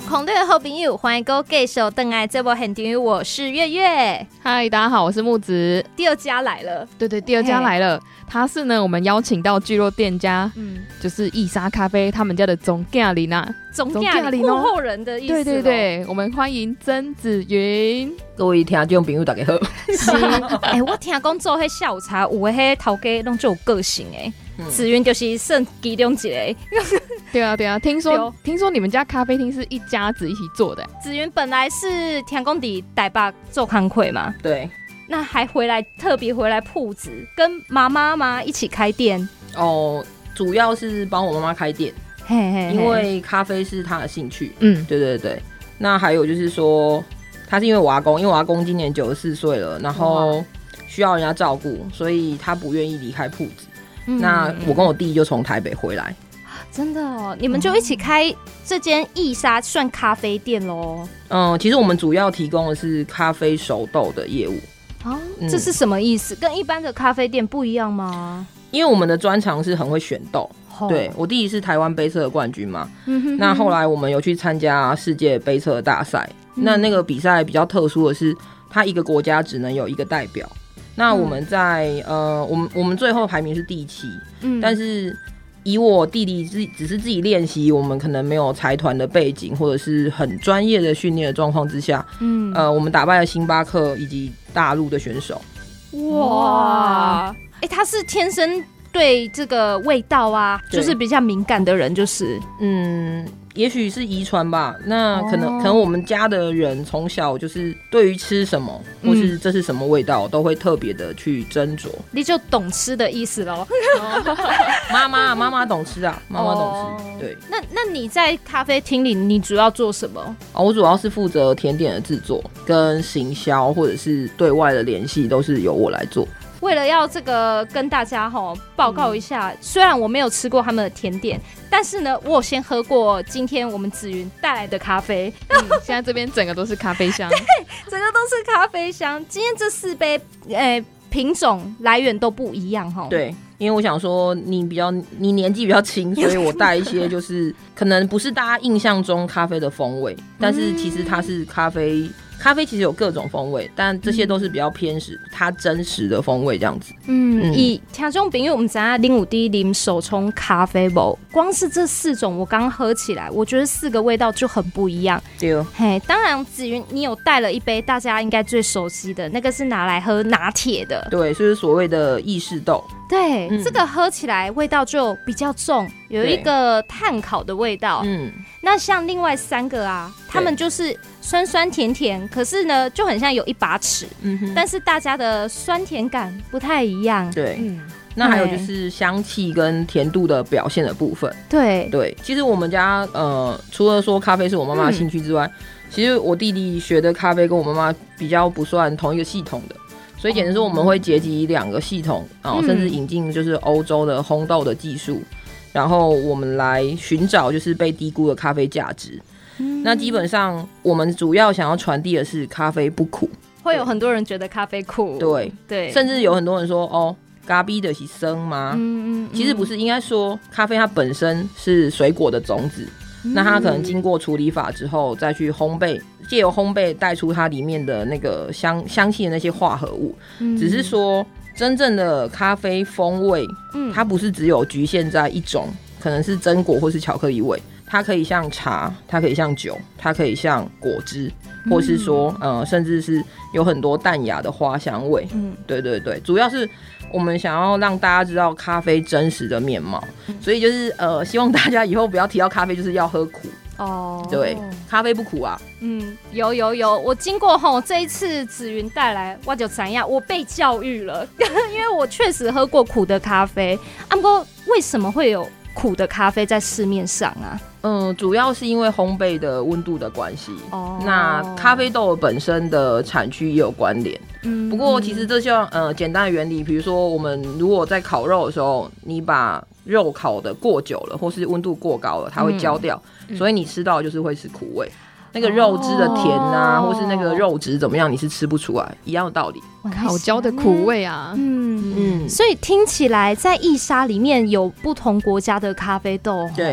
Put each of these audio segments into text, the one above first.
空中的好朋友，欢迎各位继续回来这部现场，我是月月。 嗨，大家好，我是木子。 第二家来了， 对，第二家来了。他是呢，我们邀请到聚落店家，就是义沙咖啡他们家的总经理呐， 总经理幕后人的意思。 对，我们欢迎曾子云。 各位听众朋友大家好。 是，我听讲做迄下午茶，有的迄头家拢就有个性子云就是算其中一个。 对啊，听说你们家咖啡厅是一家子一起做的。 子云本来是听讲在台北做工课嘛， 对。 那还特别回来铺子，跟妈妈一起开店哦。主要是帮我妈妈开店，因为咖啡是她的兴趣。对。那还有就是说，她是因为我阿公，因为我阿公今年94岁了，然后需要人家照顾，所以他不愿意离开铺子。那我跟我弟就从台北回来。 真的哦，你们就一起开这间义沙算咖啡店咯。 其实我们主要提供的是咖啡熟豆的业务。 这是什么意思？跟一般的咖啡店不一样吗？ 因为我们的专长是很会选豆。对，我弟弟是台湾杯测的冠军嘛。那后来我们有去参加世界杯测的大赛。那个比赛比较特殊的是，他一个国家只能有一个代表。那我们在我们最后排名是第7。但是以我弟弟只是自己练习，我们可能没有财团的背景或者是很专业的训练的状况之下，我们打败了星巴克以及大陆的选手。 哇，他是天生对这个味道啊，就是比较敏感的人，就是也许是遗传吧。那可能我们家的人从小就是对于吃什么或是这是什么味道都会特别的去斟酌。 你就懂吃的意思咯。 妈妈懂吃啊，妈妈懂吃。对。 那你在咖啡厅里，你主要做什么？ 我主要是负责甜点的制作跟行销，或者是对外的联系，都是由我来做。 为了要这个跟大家报告一下，虽然我没有吃过他们的甜点，但是呢，我有先喝过今天我们子云带来的咖啡。 现在这边整个都是咖啡香。 对，整个都是咖啡香。今天这4杯品种来源都不一样对，因为我想说你年纪比较轻，所以我带一些就是可能不是大家印象中咖啡的风味，但是其实它是咖啡其实有各种风味，但这些都是比较偏食，它真实的风味这样子。 以听众朋友，我们知道0有滴啉手冲咖啡不？光是这4种，我刚喝起来，我觉得4个味道就很不一样。 对， 当然子云你有带了一杯大家应该最熟悉的那个是拿来喝拿铁的， 对，就是所谓的意式豆。 对，这个喝起来味道就比较重，有一个炭烤的味道。那像另外3个啊，他们就是酸酸甜甜，可是呢就很像有一把尺，但是大家的酸甜感不太一样。 对，那还有就是香气跟甜度的表现的部分。 对， 其实我们家除了说咖啡是我妈妈的兴趣之外，其实我弟弟学的咖啡跟我妈妈比较不算同一个系统的。所以简直说我们会结集2个系统，甚至引进就是欧洲的烘豆的技术，然后我们来寻找就是被低估的咖啡价值。那基本上我们主要想要传递的是咖啡不苦。 会有很多人觉得咖啡苦。 对，甚至有很多人说咖啡的是生吗？其实不是，应该说咖啡它本身是水果的种子。那它可能经过处理法之后再去烘焙，藉由烘焙带出它里面的那个香气的那些化合物。只是说真正的咖啡风味，它不是只有局限在一种，可能是榛果或是巧克力味，它可以像茶，它可以像酒，它可以像果汁，或是说甚至是有很多淡雅的花香味。对，主要是我们想要让大家知道咖啡真实的面貌，所以就是希望大家以后不要提到咖啡就是要喝苦。对，咖啡不苦啊。 有，我经过这一次子云带来，我就知道我被教育了，因为我确实喝过苦的咖啡。不过为什么会有苦的咖啡在市面上啊？ 主要是因为烘焙的温度的关系。那咖啡豆本身的产区也有关联。不过其实这像简单的原理，比如说我们如果在烤肉的时候，你把肉烤的过久了，或是温度过高了，它会焦掉，所以你吃到的就是会是苦味。那个肉汁的甜啊，或是那个肉质怎么样，你是吃不出来，一样的道理。 烤焦的苦味啊。 所以听起来在义沙里面有不同国家的咖啡豆。 对，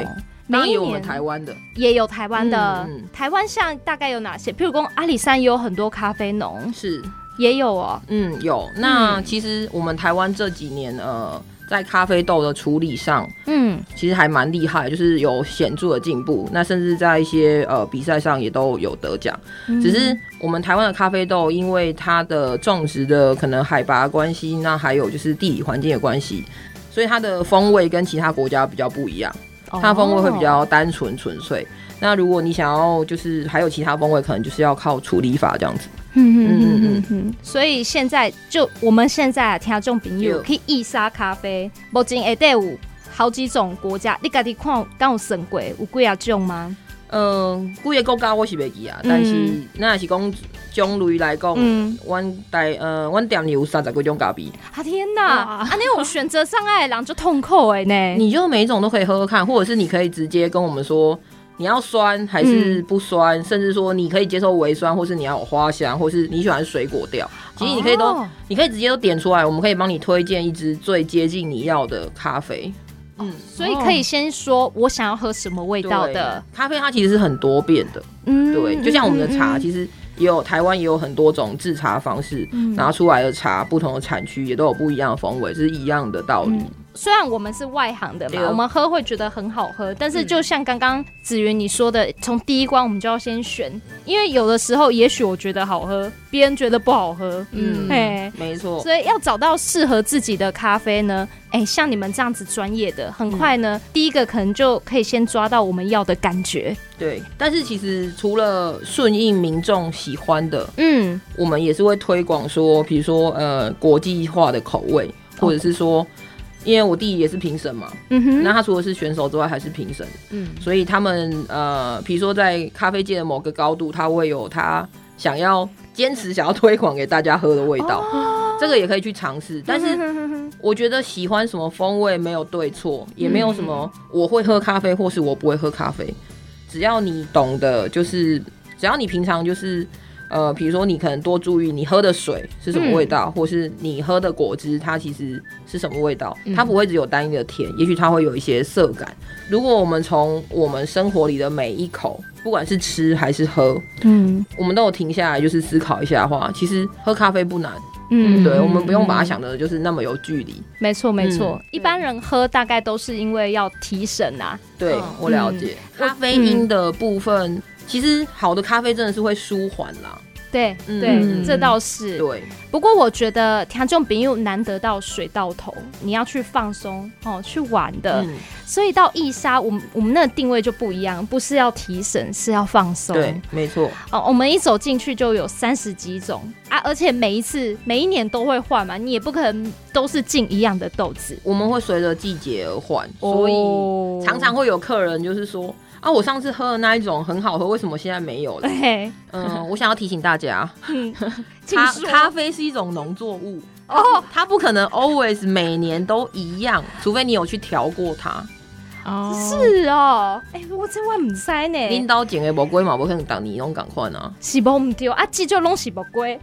当然有我们台湾的， 也有台湾的。台湾像大概有哪些？譬如说阿里山也有很多咖啡农， 是也有哦。 有。那其实我们台湾这几年在咖啡豆的处理上，其实还蛮厉害，就是有显著的进步。那甚至在一些比赛上也都有得奖。只是我们台湾的咖啡豆，因为它的种植的可能海拔关系，那还有就是地理环境的关系，所以它的风味跟其他国家比较不一样。它的风味会比较单纯纯粹。那如果你想要就是还有其他风味，可能就是要靠处理法这样子。 所以现在就我们现在听众朋友去伊莎咖啡，目前下底有好几种国家，你自己看刚有算过有几啊种吗？ 几个国家我是袂记啊，但是那是讲种类来讲，阮店里有30几种咖啡。 啊天哪！那种选择障碍的人就痛苦呢。 你就每一种都可以喝喝看，或者是你可以直接跟我们说。你要酸还是不酸，甚至说你可以接受微酸，或是你要有花香，或是你喜欢水果调，其实你可以你可以直接都点出来，我们可以帮你推荐一支最接近你要的咖啡。 所以可以先说我想要喝什么味道的咖啡，它其实是很多变的。对，就像我们的茶，其实台湾也有很多种制茶方式，拿出来的茶不同的产区也都有不一样的风味，这是一样的道理。 虽然我们是外行的嘛，我们喝会觉得很好喝，但是就像刚刚子云你说的，从第一关我们就要先选，因为有的时候也许我觉得好喝，别人觉得不好喝， 没错。 所以要找到适合自己的咖啡呢，像你们这样子专业的，很快呢，第一个可能就可以先抓到我们要的感觉。 对，但是其实除了顺应民众喜欢的，我们也是会推广说，比如说国际化的口味，或者是说。因为我弟也是评审嘛，那他除了是选手之外还是评审，所以他们比如说在咖啡界的某个高度，他会有他坚持想要推广给大家喝的味道，这个也可以去尝试。但是我觉得喜欢什么风味没有对错，也没有什么我会喝咖啡或是我不会喝咖啡，只要你懂得，就是只要你平常就是比如说你可能多注意你喝的水是什么味道，或是你喝的果汁它其实是什么味道，它不会只有单一的甜，也许它会有一些涩感。如果我们从我们生活里的每一口，不管是吃还是喝，我们都有停下来就是思考一下的话，其实喝咖啡不难。对，我们不用把它想的就是那么有距离。 没错没错，一般人喝大概都是因为要提神啊。 对，我了解。咖啡因的部分，其实好的咖啡真的是会舒缓啦。 对对，这倒是。 对， 不过我觉得听众朋友难得到水到头，你要去放松去玩的，所以到伊莎，我们那个定位就不一样，不是要提神，是要放松。 对，没错。 我们一走进去就有30几种啊，而且每一年都会换嘛，你也不可能都是进一样的豆子， 我们会随着季节而换，所以常常会有客人就是说。我上次喝的那一种很好喝，为什么现在没有了？我想要提醒大家，咖啡是一种农作物它不可能 always 每年都一样，除非你有去调过它。 是哦，我这我唔知呢。 恁兜种的无贵嘛，无可能当年拢共款啊。 是无唔对啊，这就拢是无贵。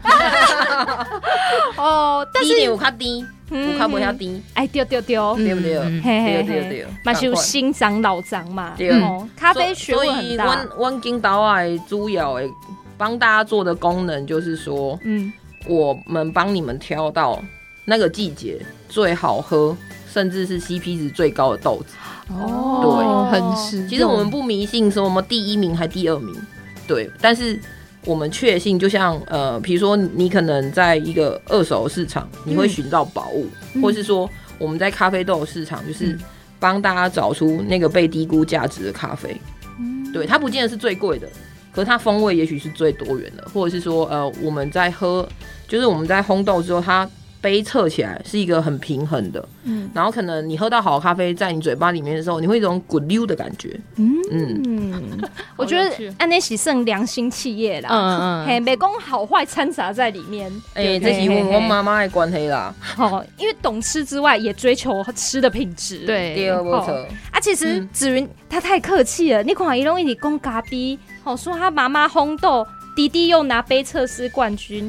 但是有较甜，有较无遐甜。 对，对不对？对， 嘛是有新长老长嘛。 对， 咖啡学问很大。 所以阮金刀啊，主要的帮大家做的功能就是说，我们帮你们挑到那个季节最好喝，甚至是 CP 值最高的豆子。对， 很实用。 其实我们不迷信说我们第1名还第2名，对，但是我们确信，就像比如说你可能在一个二手市场，你会寻到宝物，或是说我们在咖啡豆市场，就是帮大家找出那个被低估价值的咖啡。对，它不见得是最贵的，可是它风味也许是最多元的，或者是说我们在喝，就是我们在烘豆之后，它杯测起来是一个很平衡的，然后可能你喝到好咖啡在你嘴巴里面的时候，你会有一种滚溜的感觉。 我觉得安内喜胜良心企业啦，没讲好坏掺杂在里面。 这是我妈妈的关系啦。 因为懂吃之外，也追求吃的品质。 对， 没错。 其实子云他太客气了，你看伊拢一直讲咖啡，说他妈妈烘豆，弟弟又拿杯测试冠军。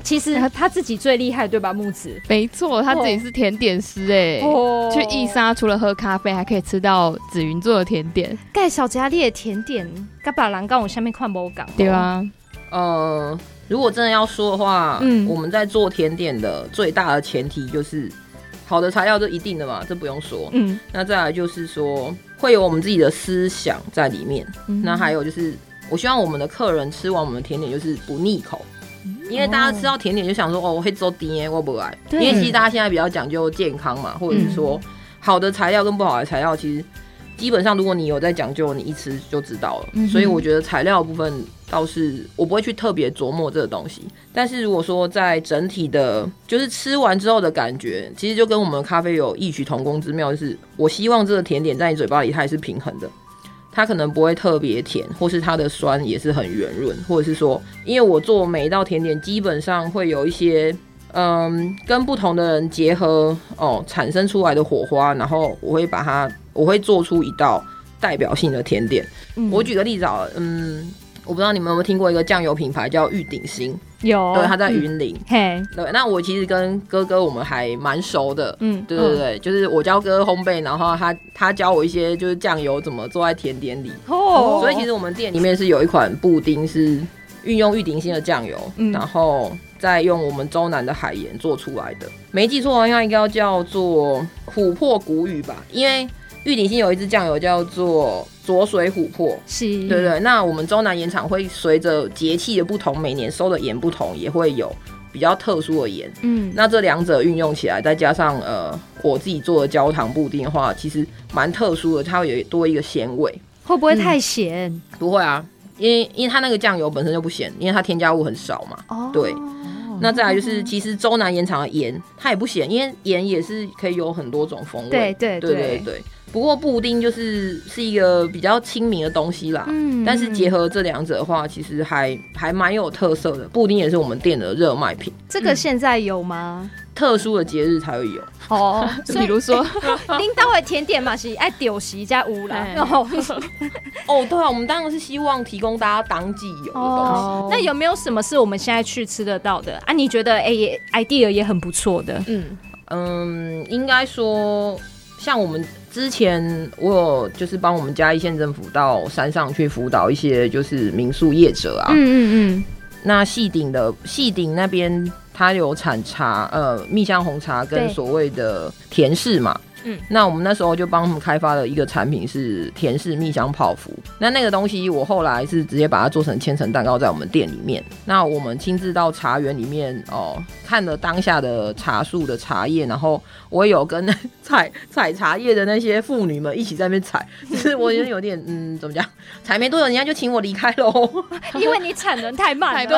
其实他自己最厉害，对吧？木子， 没错，他自己是甜点师去义沙除了喝咖啡，还可以吃到紫云做的甜点。 盖小家里的甜点，跟把人跟我下面看不讲。 对啊， 如果真的要说的话，我们在做甜点的最大的前提就是好的材料，这一定的嘛，这不用说。那再来就是说会有我们自己的思想在里面。那还有就是我希望我们的客人吃完我们的甜点就是不腻口。因为大家吃到甜点就想说我会做甜我不爱，因为其实大家现在比较讲究健康嘛，或者是说好的材料跟不好的材料，其实基本上如果你有在讲究，你一吃就知道了。所以我觉得材料的部分倒是我不会去特别琢磨这个东西，但是如果说在整体的就是吃完之后的感觉，其实就跟我们咖啡有异曲同工之妙，就是我希望这个甜点在你嘴巴里它也是平衡的，它可能不会特别甜，或是它的酸也是很圆润，或者是说因为我做每一道甜点基本上会有一些跟不同的人结合产生出来的火花，然后我会做出一道代表性的甜点。我举个例子好了，我不知道你们有没有听过一个酱油品牌叫玉鼎新， 有， 对，他在云林。对，那我其实跟哥哥我们还蛮熟的，对，就是我教哥烘焙，然后他教我一些就是酱油怎么做在甜点里。所以其实我们店里面是有一款布丁是运用玉鼎新的酱油，然后再用我们洲南的海盐做出来的。没记错的话，应该要叫做琥珀谷雨吧，因为玉鼎新有一支酱油叫做浊水琥珀，对对。那我们洲南盐场会随着节气的不同，每年收的盐不同，也会有比较特殊的盐。那这两者运用起来，再加上我自己做的焦糖布丁的话，其实蛮特殊的，它会有多一个咸味。 会不会太咸？ 不会啊，因为它那个酱油本身就不咸，因为它添加物很少嘛。对。那再来就是，其实洲南盐场的盐它也不咸，因为盐也是可以有很多种风味。对。不过布丁是一个比较亲民的东西啦，但是结合这两者的话，其实还蛮有特色的。布丁也是我们店的热卖品。 这个现在有吗？ 特殊的节日才会有比如说领导的甜点嘛是爱丢席加乌啦。 对啊，我们当然是希望提供大家当季有的东西。 那有没有什么是我们现在去吃得到的啊？你觉得idea 也很不错的？ 应该说像我们之前我有就是帮我们嘉义县政府到山上去辅导一些就是民宿业者啊。那细顶那边它有产茶，蜜香红茶跟所谓的甜柿嘛。那我们那时候就帮他们开发了一个产品是甜柿蜜香泡芙。那个东西我后来是直接把它做成千层蛋糕在我们店里面。那我们亲自到茶园里面看了当下的茶树的茶叶，然后我也有跟采茶叶的那些妇女们一起在那边采，就是我觉得有点怎么讲，采没多久人家就请我离开咯， 因为你产能太慢了。 对，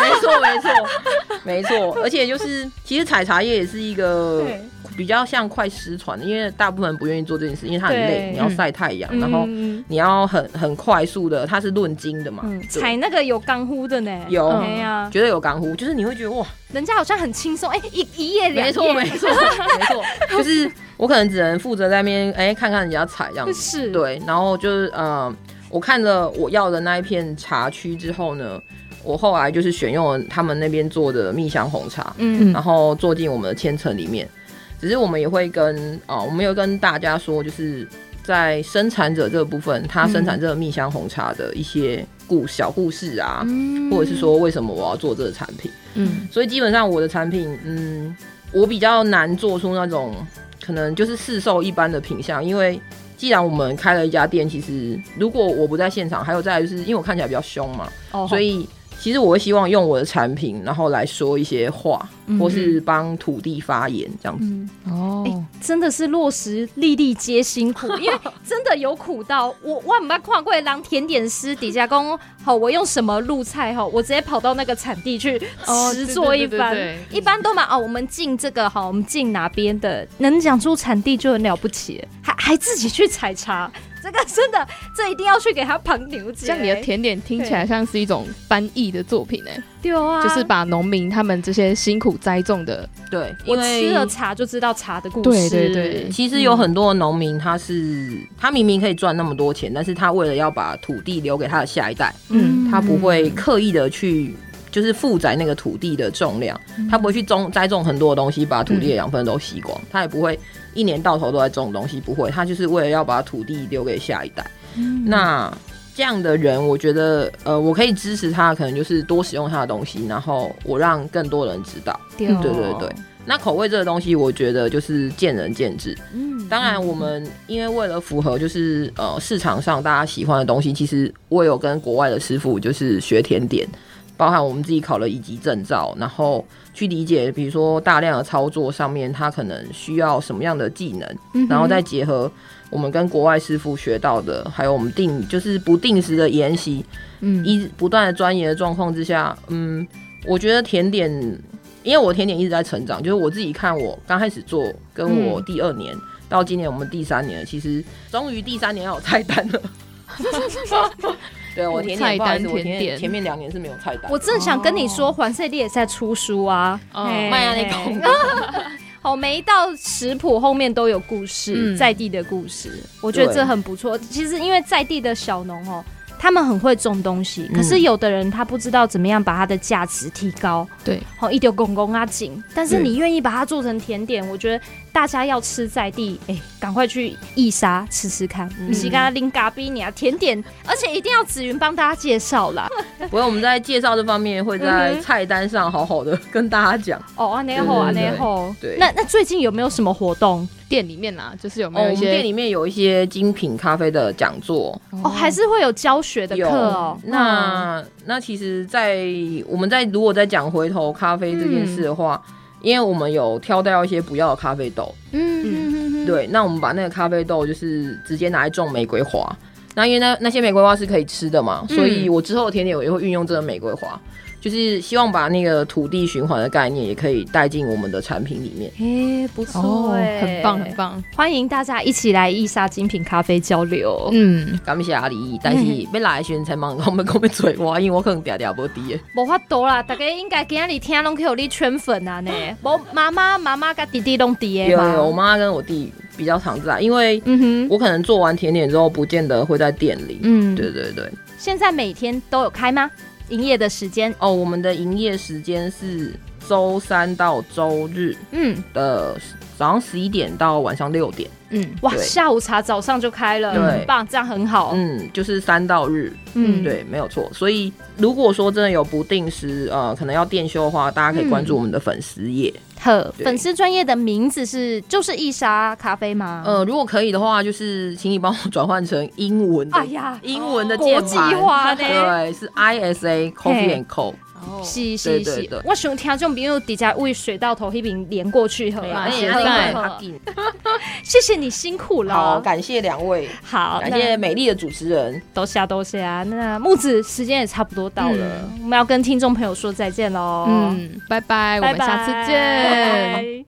没错。而且就是其实采茶叶也是一个比较像快失传的，因为大部分人不愿意做这件事，因为它很累，你要晒太阳，然后你要很快速的，它是论斤的嘛。 采那个有干乎的呢， 有，绝对有干乎，就是你会觉得哇， 人家好像很轻松，一页两页， 没错，就是我可能只能负责在那边看看人家采这样子， 是， 对，然后就是我看了我要的那一片茶区之后呢，我后来就是选用了他们那边做的蜜香红茶，然后做进我们的千层里面。只是我们也会我们有跟大家说，就是在生产者这个部分，他生产这个蜜香红茶的一些小故事啊，或者是说为什么我要做这个产品。所以基本上我的产品，我比较难做出那种可能就是市售一般的品项，因为既然我们开了一家店，其实如果我不在现场，还有再来就是因为我看起来比较凶嘛，所以其实我会希望用我的产品，然后来说一些话，或是帮土地发言这样子。 真的是落实粒粒皆辛苦，因为真的有苦到我没看过当甜点师底下说我用什么入菜我直接跑到那个产地去实做一番。一般都嘛我们进这个我们进哪边的，能讲出产地就很了不起了，还自己去采茶。这个真的，这一定要去给他旁牛姐。 像你的甜点听起来像是一种翻译的作品对啊， 就是把农民他们这些辛苦栽种的， 对， 我吃了茶就知道茶的故事。 对， 其实有很多的农民，他明明可以赚那么多钱，但是他为了要把土地留给他的下一代，他不会刻意的去就是负载那个土地的重量，它不会去栽种很多的东西，把土地的养分都吸光，它也不会一年到头都在种东西，不会，它就是为了要把土地留给下一代。那这样的人，我觉得我可以支持他，可能就是多使用他的东西，然后我让更多人知道。对对对。那口味这个东西，我觉得就是见仁见智。当然我们因为为了符合就是市场上大家喜欢的东西，其实我有跟国外的师傅就是学甜点，包含我们自己考了1级证照，然后去理解比如说大量的操作上面他可能需要什么样的技能，然后再结合我们跟国外师傅学到的，还有我们就是不定时的研习，不断的钻研的状况之下，我觉得甜点，因为我甜点一直在成长，就是我自己看我刚开始做跟我第2年到今年我们第3年了，其实终于第3年要有菜单了。对，我甜点不好意思，我前面2年是没有菜单。 我正想跟你说，环赛丽也在出书啊， 卖啊那个。 好，每一道食谱后面都有故事，在地的故事，我觉得这很不错。其实因为在地的小农他们很会种东西，可是有的人他不知道怎么样把它的价值提高。 对， 一丢公公啊紧，但是你愿意把它做成甜点，我觉得大家要吃在地，赶快去义沙吃吃看。不是刚刚拎咖啡你啊甜点，而且一定要子云帮大家介绍啦。 不过我们在介绍这方面会在菜单上好好的跟大家讲。 安内后安内后。对，那最近有没有什么活动？ 店里面啊，就是有没有一些我们店里面有一些精品咖啡的讲座还是会有教学的课那其实我们如果在讲回头咖啡这件事的话，因为我们有挑掉一些不要的咖啡豆，对，那我们把那个咖啡豆就是直接拿来种玫瑰花，那因为那些玫瑰花是可以吃的嘛，所以我之后的甜点也会运用这个玫瑰花，就是希望把那个土地循环的概念也可以带进我们的产品里面。 不错很棒很棒， 欢迎大家一起来义沙精品咖啡交流。 感谢阿里，但是要来的时候才忙我们做我，因为我可能嗲嗲不低的， 没法度啦，大家应该今日听拢去有你圈粉啊呢。妈妈跟弟弟拢弟的吗？ 有，我妈跟我弟比较常在，因为我可能做完甜点之后不见得会在店里。对对对。 现在每天都有开吗？营业的时间我们的营业时间是周3到周日，的早上11点到晚上6点。 哇，下午茶早上就开了，很棒，这样很好。 就是3到日，对，没有错。所以如果说真的有不定时可能要店休的话，大家可以关注我们的粉丝页。 粉丝专页的名字就是义沙咖啡吗？ 如果可以的话，就是请你帮我转换成英文的，英文的键盘， 国际化的， 对，是 ISA Coffee and Co。 是，我想听众朋友直接为水稻头那边连过去好吗？谢谢你辛苦了。 好，感谢2位， 好， 感谢美丽的主持人， 多谢啊。那木子时间也差不多到了，我们要跟听众朋友说再见喽。 拜拜，我们下次见。